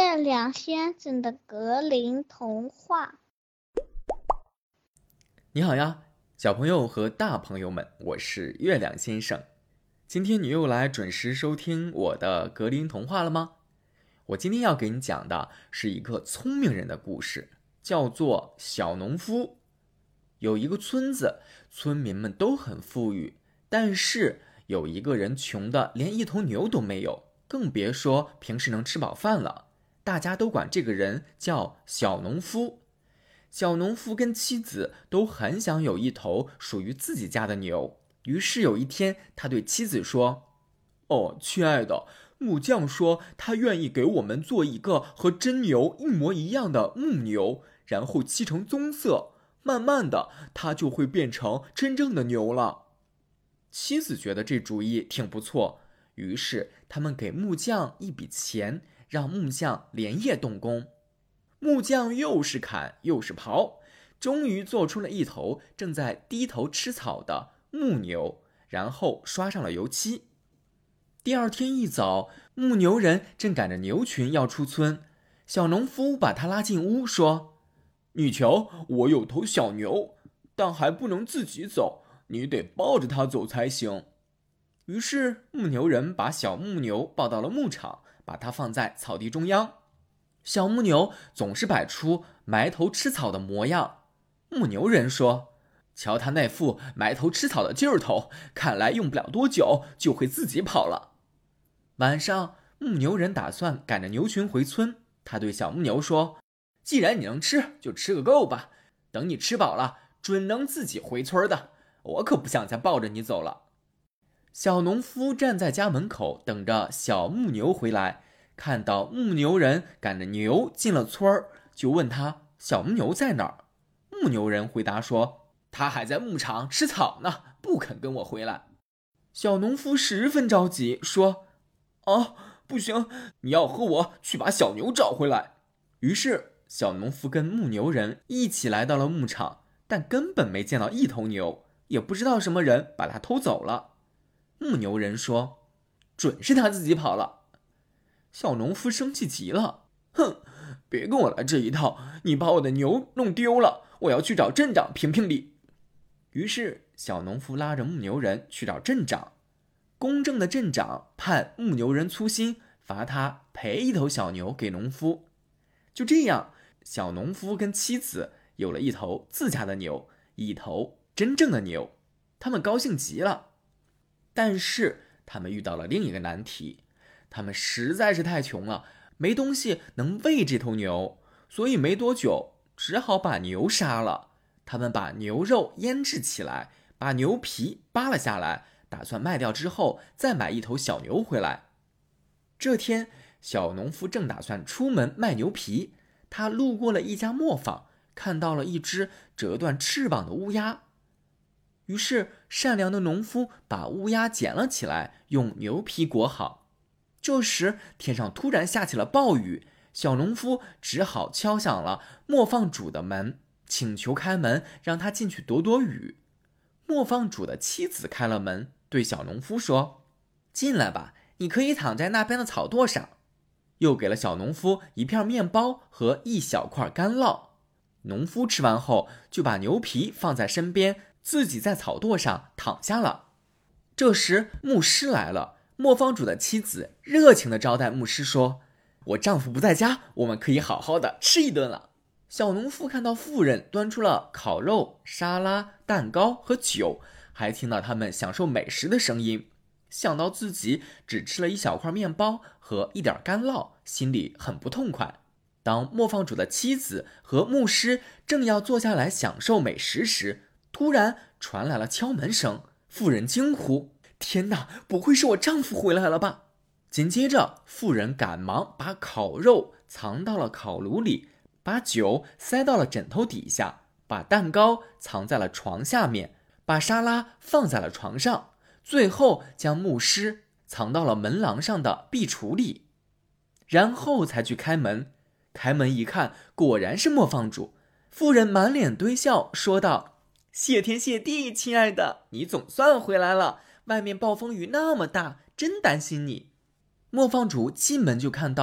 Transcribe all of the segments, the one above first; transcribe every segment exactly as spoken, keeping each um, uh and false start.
月亮先生的格林童话。 你好呀，小朋友和大朋友们，我是月亮先生。今天你又来准时收听我的格林童话了吗？我今天要给你讲的是一个聪明人的故事，叫做小农夫。有一个村子，村民们都很富裕，但是有一个人穷的连一头牛都没有，更别说平时能吃饱饭了。大家都管这个人叫小农夫。小农夫跟妻子都很想有一头属于自己家的牛，于是有一天他对妻子说：哦，亲爱的，木匠说他愿意给我们做一个和真牛一模一样的木牛，然后漆成棕色，慢慢的它就会变成真正的牛了。妻子觉得这主意挺不错，于是他们给木匠一笔钱，让木匠连夜动工。木匠又是砍又是刨，终于做出了一头正在低头吃草的木牛，然后刷上了油漆。第二天一早，牧牛人正赶着牛群要出村，小农夫把他拉进屋说：你瞧，我有头小牛，但还不能自己走，你得抱着它走才行。于是牧牛人把小牧牛抱到了牧场，把它放在草地中央。小牧牛总是摆出埋头吃草的模样。牧牛人说：瞧他那副埋头吃草的劲儿头，看来用不了多久就会自己跑了。晚上，牧牛人打算赶着牛群回村，他对小牧牛说：既然你能吃，就吃个够吧，等你吃饱了，准能自己回村的，我可不想再抱着你走了。小农夫站在家门口等着小牧牛回来，看到牧牛人赶着牛进了村儿，就问他小牧牛在哪儿。牧牛人回答说：他还在牧场吃草呢，不肯跟我回来。小农夫十分着急，说：哦，不行，你要和我去把小牛找回来。于是小农夫跟牧牛人一起来到了牧场，但根本没见到一头牛，也不知道什么人把它偷走了。牧牛人说：准是他自己跑了。小农夫生气极了，哼，别跟我来这一套，你把我的牛弄丢了，我要去找镇长评评理。于是小农夫拉着牧牛人去找镇长。公正的镇长判牧牛人粗心，罚他赔一头小牛给农夫。就这样，小农夫跟妻子有了一头自家的牛，一头真正的牛，他们高兴极了。但是他们遇到了另一个难题，他们实在是太穷了，没东西能喂这头牛，所以没多久只好把牛杀了。他们把牛肉腌制起来，把牛皮扒了下来，打算卖掉之后再买一头小牛回来。这天，小农夫正打算出门卖牛皮，他路过了一家磨坊，看到了一只折断翅膀的乌鸦。于是善良的农夫把乌鸦捡了起来，用牛皮裹好。这时天上突然下起了暴雨，小农夫只好敲响了磨坊主的门，请求开门，让他进去躲躲雨。磨坊主的妻子开了门，对小农夫说：进来吧，你可以躺在那边的草垛上。又给了小农夫一片面包和一小块干酪。农夫吃完后就把牛皮放在身边，自己在草垛上躺下了。这时牧师来了，磨坊主的妻子热情地招待牧师说：我丈夫不在家，我们可以好好的吃一顿了。小农夫看到妇人端出了烤肉、沙拉、蛋糕和酒，还听到他们享受美食的声音，想到自己只吃了一小块面包和一点干酪，心里很不痛快。当磨坊主的妻子和牧师正要坐下来享受美食时，突然传来了敲门声。妇人惊呼：天哪，不会是我丈夫回来了吧？紧接着妇人赶忙把烤肉藏到了烤炉里，把酒塞到了枕头底下，把蛋糕藏在了床下面，把沙拉放在了床上，最后将牧师藏到了门廊上的壁橱里，然后才去开门。开门一看，果然是磨坊主。妇人满脸堆笑说道：谢天谢地，亲爱的，你总算回来了，外面暴风雨那么大，真担心你。磨坊主进门就看到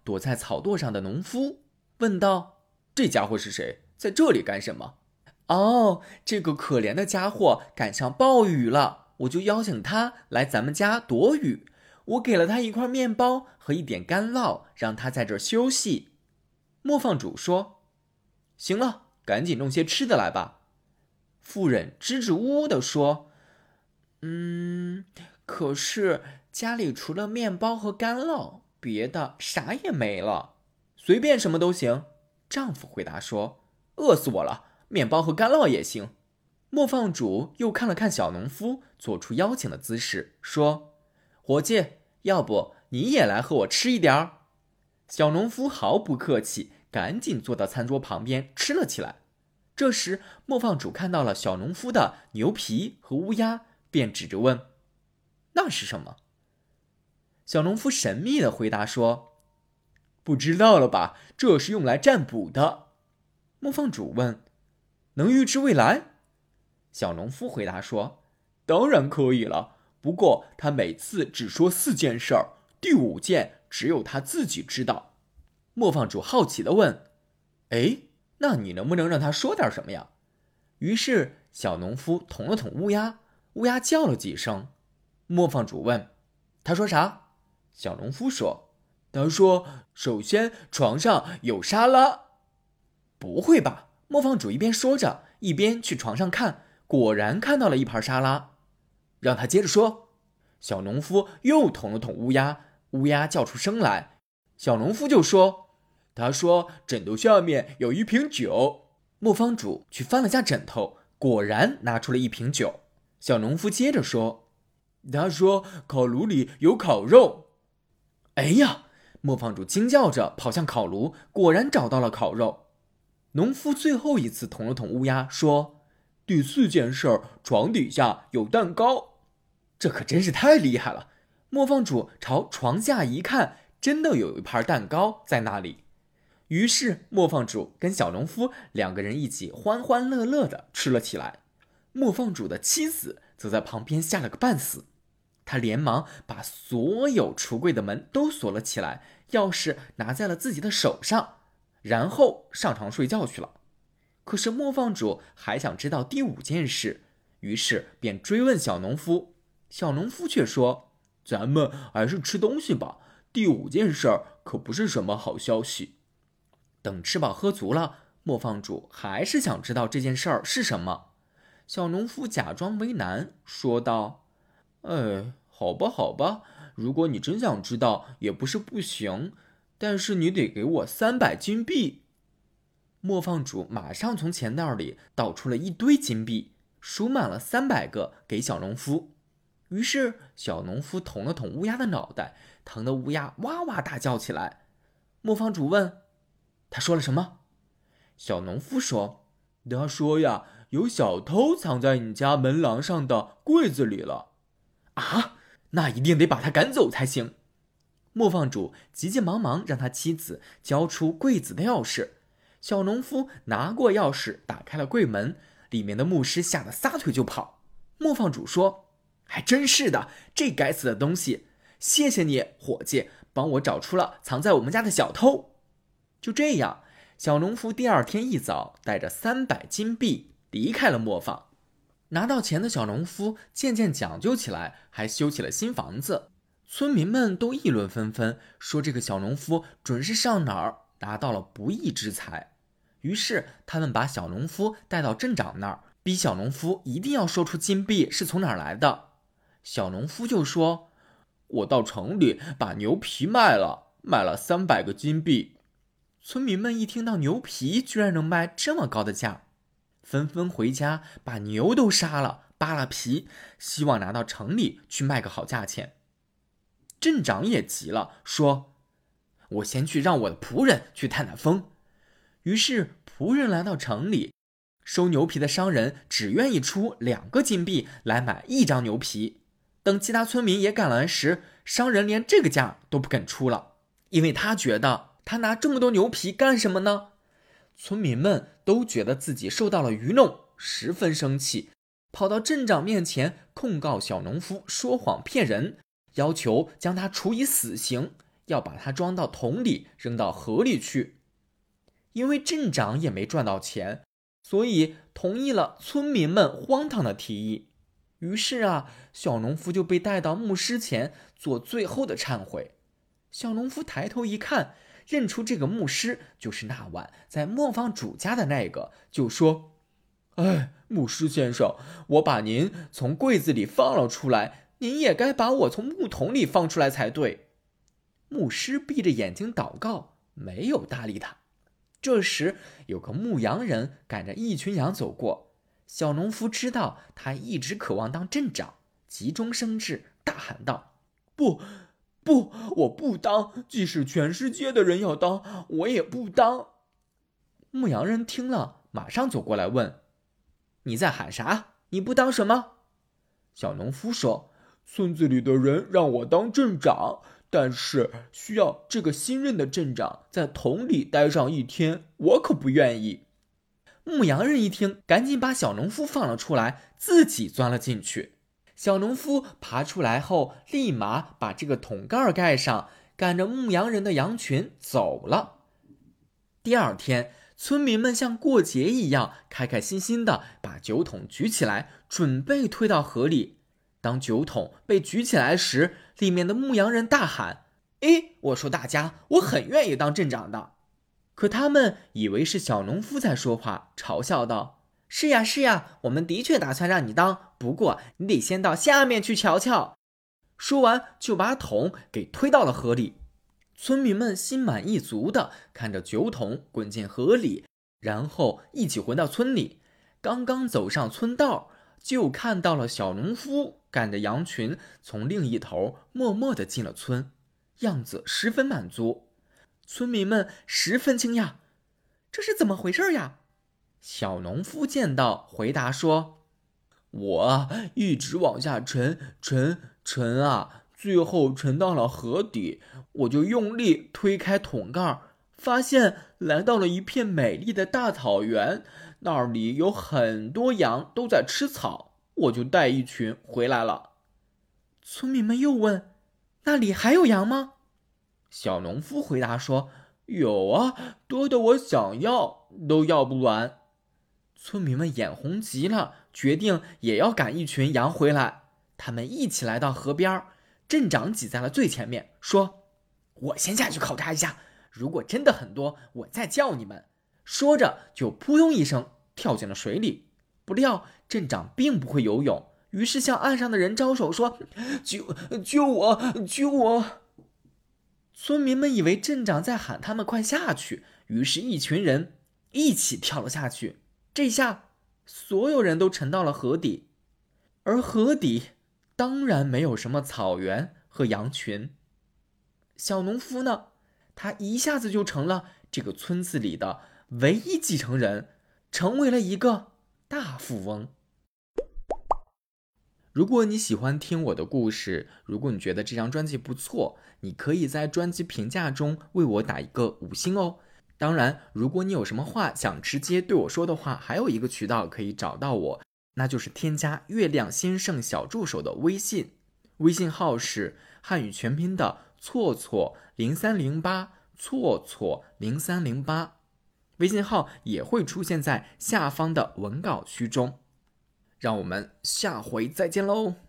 躲在草垛上的农夫，问道：这家伙是谁？在这里干什么？哦，这个可怜的家伙赶上暴雨了，我就邀请他来咱们家躲雨。我给了他一块面包和一点干酪，让他在这儿休息。磨坊主说：行了，赶紧弄些吃的来吧。妇人支支吾吾地说：嗯，可是家里除了面包和干酪，别的啥也没了。随便什么都行。丈夫回答说：饿死我了，面包和干酪也行。磨坊主又看了看小农夫，做出邀请的姿势，说：伙计，要不你也来和我吃一点儿？小农夫毫不客气，赶紧坐到餐桌旁边吃了起来。这时磨坊主看到了小农夫的牛皮和乌鸦，便指着问：那是什么？小农夫神秘地回答说：不知道了吧，这是用来占卜的。磨坊主问：能预知未来？小农夫回答说：当然可以了，不过他每次只说四件事儿，第五件只有他自己知道。磨坊主好奇地问：哎，那你能不能让他说点什么呀？于是小农夫捅了捅乌鸦，乌鸦叫了几声。磨坊主问：他说啥？小农夫说：他说首先床上有沙拉。不会吧？磨坊主一边说着，一边去床上看，果然看到了一盘沙拉。让他接着说。小农夫又捅了捅乌鸦，乌鸦叫出声来。小农夫就说：他说枕头下面有一瓶酒。磨坊主去翻了下枕头，果然拿出了一瓶酒。小农夫接着说：他说烤炉里有烤肉。哎呀！磨坊主惊叫着跑向烤炉，果然找到了烤肉。农夫最后一次捅了捅乌鸦，说：第四件事儿，床底下有蛋糕。这可真是太厉害了。磨坊主朝床下一看，真的有一盘蛋糕在那里。于是磨坊主跟小农夫两个人一起欢欢乐乐地吃了起来。磨坊主的妻子则在旁边吓了个半死，他连忙把所有橱柜的门都锁了起来，钥匙拿在了自己的手上，然后上床睡觉去了。可是磨坊主还想知道第五件事，于是便追问小农夫。小农夫却说：咱们还是吃东西吧，第五件事可不是什么好消息。等吃饱喝足了，磨坊主还是想知道这件事儿是什么。小农夫假装为难，说道：哎，好吧好吧，如果你真想知道也不是不行，但是你得给我三百金币。磨坊主马上从钱袋里倒出了一堆金币，数满了三百个给小农夫。于是小农夫捅了捅乌鸦的脑袋，疼得乌鸦哇哇大叫起来。磨坊主问：他说了什么？小农夫说：他说呀，有小偷藏在你家门廊上的柜子里了。啊，那一定得把他赶走才行。磨坊主急急忙忙让他妻子交出柜子的钥匙。小农夫拿过钥匙打开了柜门，里面的牧师吓得撒腿就跑。磨坊主说：还真是的，这该死的东西，谢谢你伙计，帮我找出了藏在我们家的小偷。就这样，小农夫第二天一早带着三百金币离开了磨坊。拿到钱的小农夫渐渐讲究起来，还修起了新房子。村民们都议论纷纷，说这个小农夫准是上哪儿拿到了不义之财。于是他们把小农夫带到镇长那儿，逼小农夫一定要说出金币是从哪儿来的。小农夫就说：我到城里把牛皮卖了，卖了三百个金币。村民们一听到牛皮居然能卖这么高的价，纷纷回家把牛都杀了，扒了皮，希望拿到城里去卖个好价钱。镇长也急了，说：我先去让我的仆人去探探风。于是仆人来到城里，收牛皮的商人只愿意出两个金币来买一张牛皮。等其他村民也赶来时，商人连这个价都不肯出了，因为他觉得他拿这么多牛皮干什么呢？村民们都觉得自己受到了愚弄，十分生气，跑到镇长面前控告小农夫说谎骗人，要求将他处以死刑， 要把它装到桶里，扔到河里去。因为镇长也没赚到钱，所以同意了村民们荒唐的提议。于是啊，小农夫就被带到牧师前做最后的忏悔。小农夫抬头一看，认出这个牧师就是那晚在磨坊主家的那个，就说：哎，牧师先生，我把您从柜子里放了出来，您也该把我从木桶里放出来才对。牧师闭着眼睛祷告，没有搭理他。这时有个牧羊人赶着一群羊走过，小农夫知道他一直渴望当镇长，急中生智，大喊道：不不，我不当，即使全世界的人要当，我也不当。牧羊人听了，马上走过来问：你在喊啥？你不当什么？小农夫说：村子里的人让我当镇长，但是需要这个新任的镇长在桶里待上一天，我可不愿意。牧羊人一听，赶紧把小农夫放了出来，自己钻了进去。小农夫爬出来后，立马把这个桶盖盖上，赶着牧羊人的羊群走了。第二天，村民们像过节一样，开开心心地把酒桶举起来，准备推到河里。当酒桶被举起来时，里面的牧羊人大喊：诶，我说大家，我很愿意当镇长的。可他们以为是小农夫在说话，嘲笑道：是呀是呀，我们的确打算让你当，不过你得先到下面去瞧瞧。说完就把桶给推到了河里。村民们心满意足地看着酒桶滚进河里，然后一起回到村里。刚刚走上村道，就看到了小农夫赶着羊群从另一头默默地进了村，样子十分满足。村民们十分惊讶，这是怎么回事呀？小农夫见到，回答说：我一直往下沉沉沉啊，最后沉到了河底，我就用力推开桶盖，发现来到了一片美丽的大草原，那里有很多羊都在吃草，我就带一群回来了。村民们又问：那里还有羊吗？小农夫回答说：有啊，多得我想要都要不完。村民们眼红极了，决定也要赶一群羊回来。他们一起来到河边，镇长挤在了最前面，说：我先下去考察一下，如果真的很多，我再叫你们。说着就扑通一声跳进了水里。不料镇长并不会游泳，于是向岸上的人招手说：救救我救我！村民们以为镇长在喊他们快下去，于是一群人一起跳了下去。这下所有人都沉到了河底，而河底当然没有什么草原和羊群。小农夫呢，他一下子就成了这个村子里的唯一继承人，成为了一个大富翁。如果你喜欢听我的故事，如果你觉得这张专辑不错，你可以在专辑评价中为我打一个五星哦。当然，如果你有什么话想直接对我说的话，还有一个渠道可以找到我，那就是添加月亮先生小助手的微信，微信号是汉语全拼的错错零三零八，错错零三零八，微信号也会出现在下方的文稿区中。让我们下回再见喽。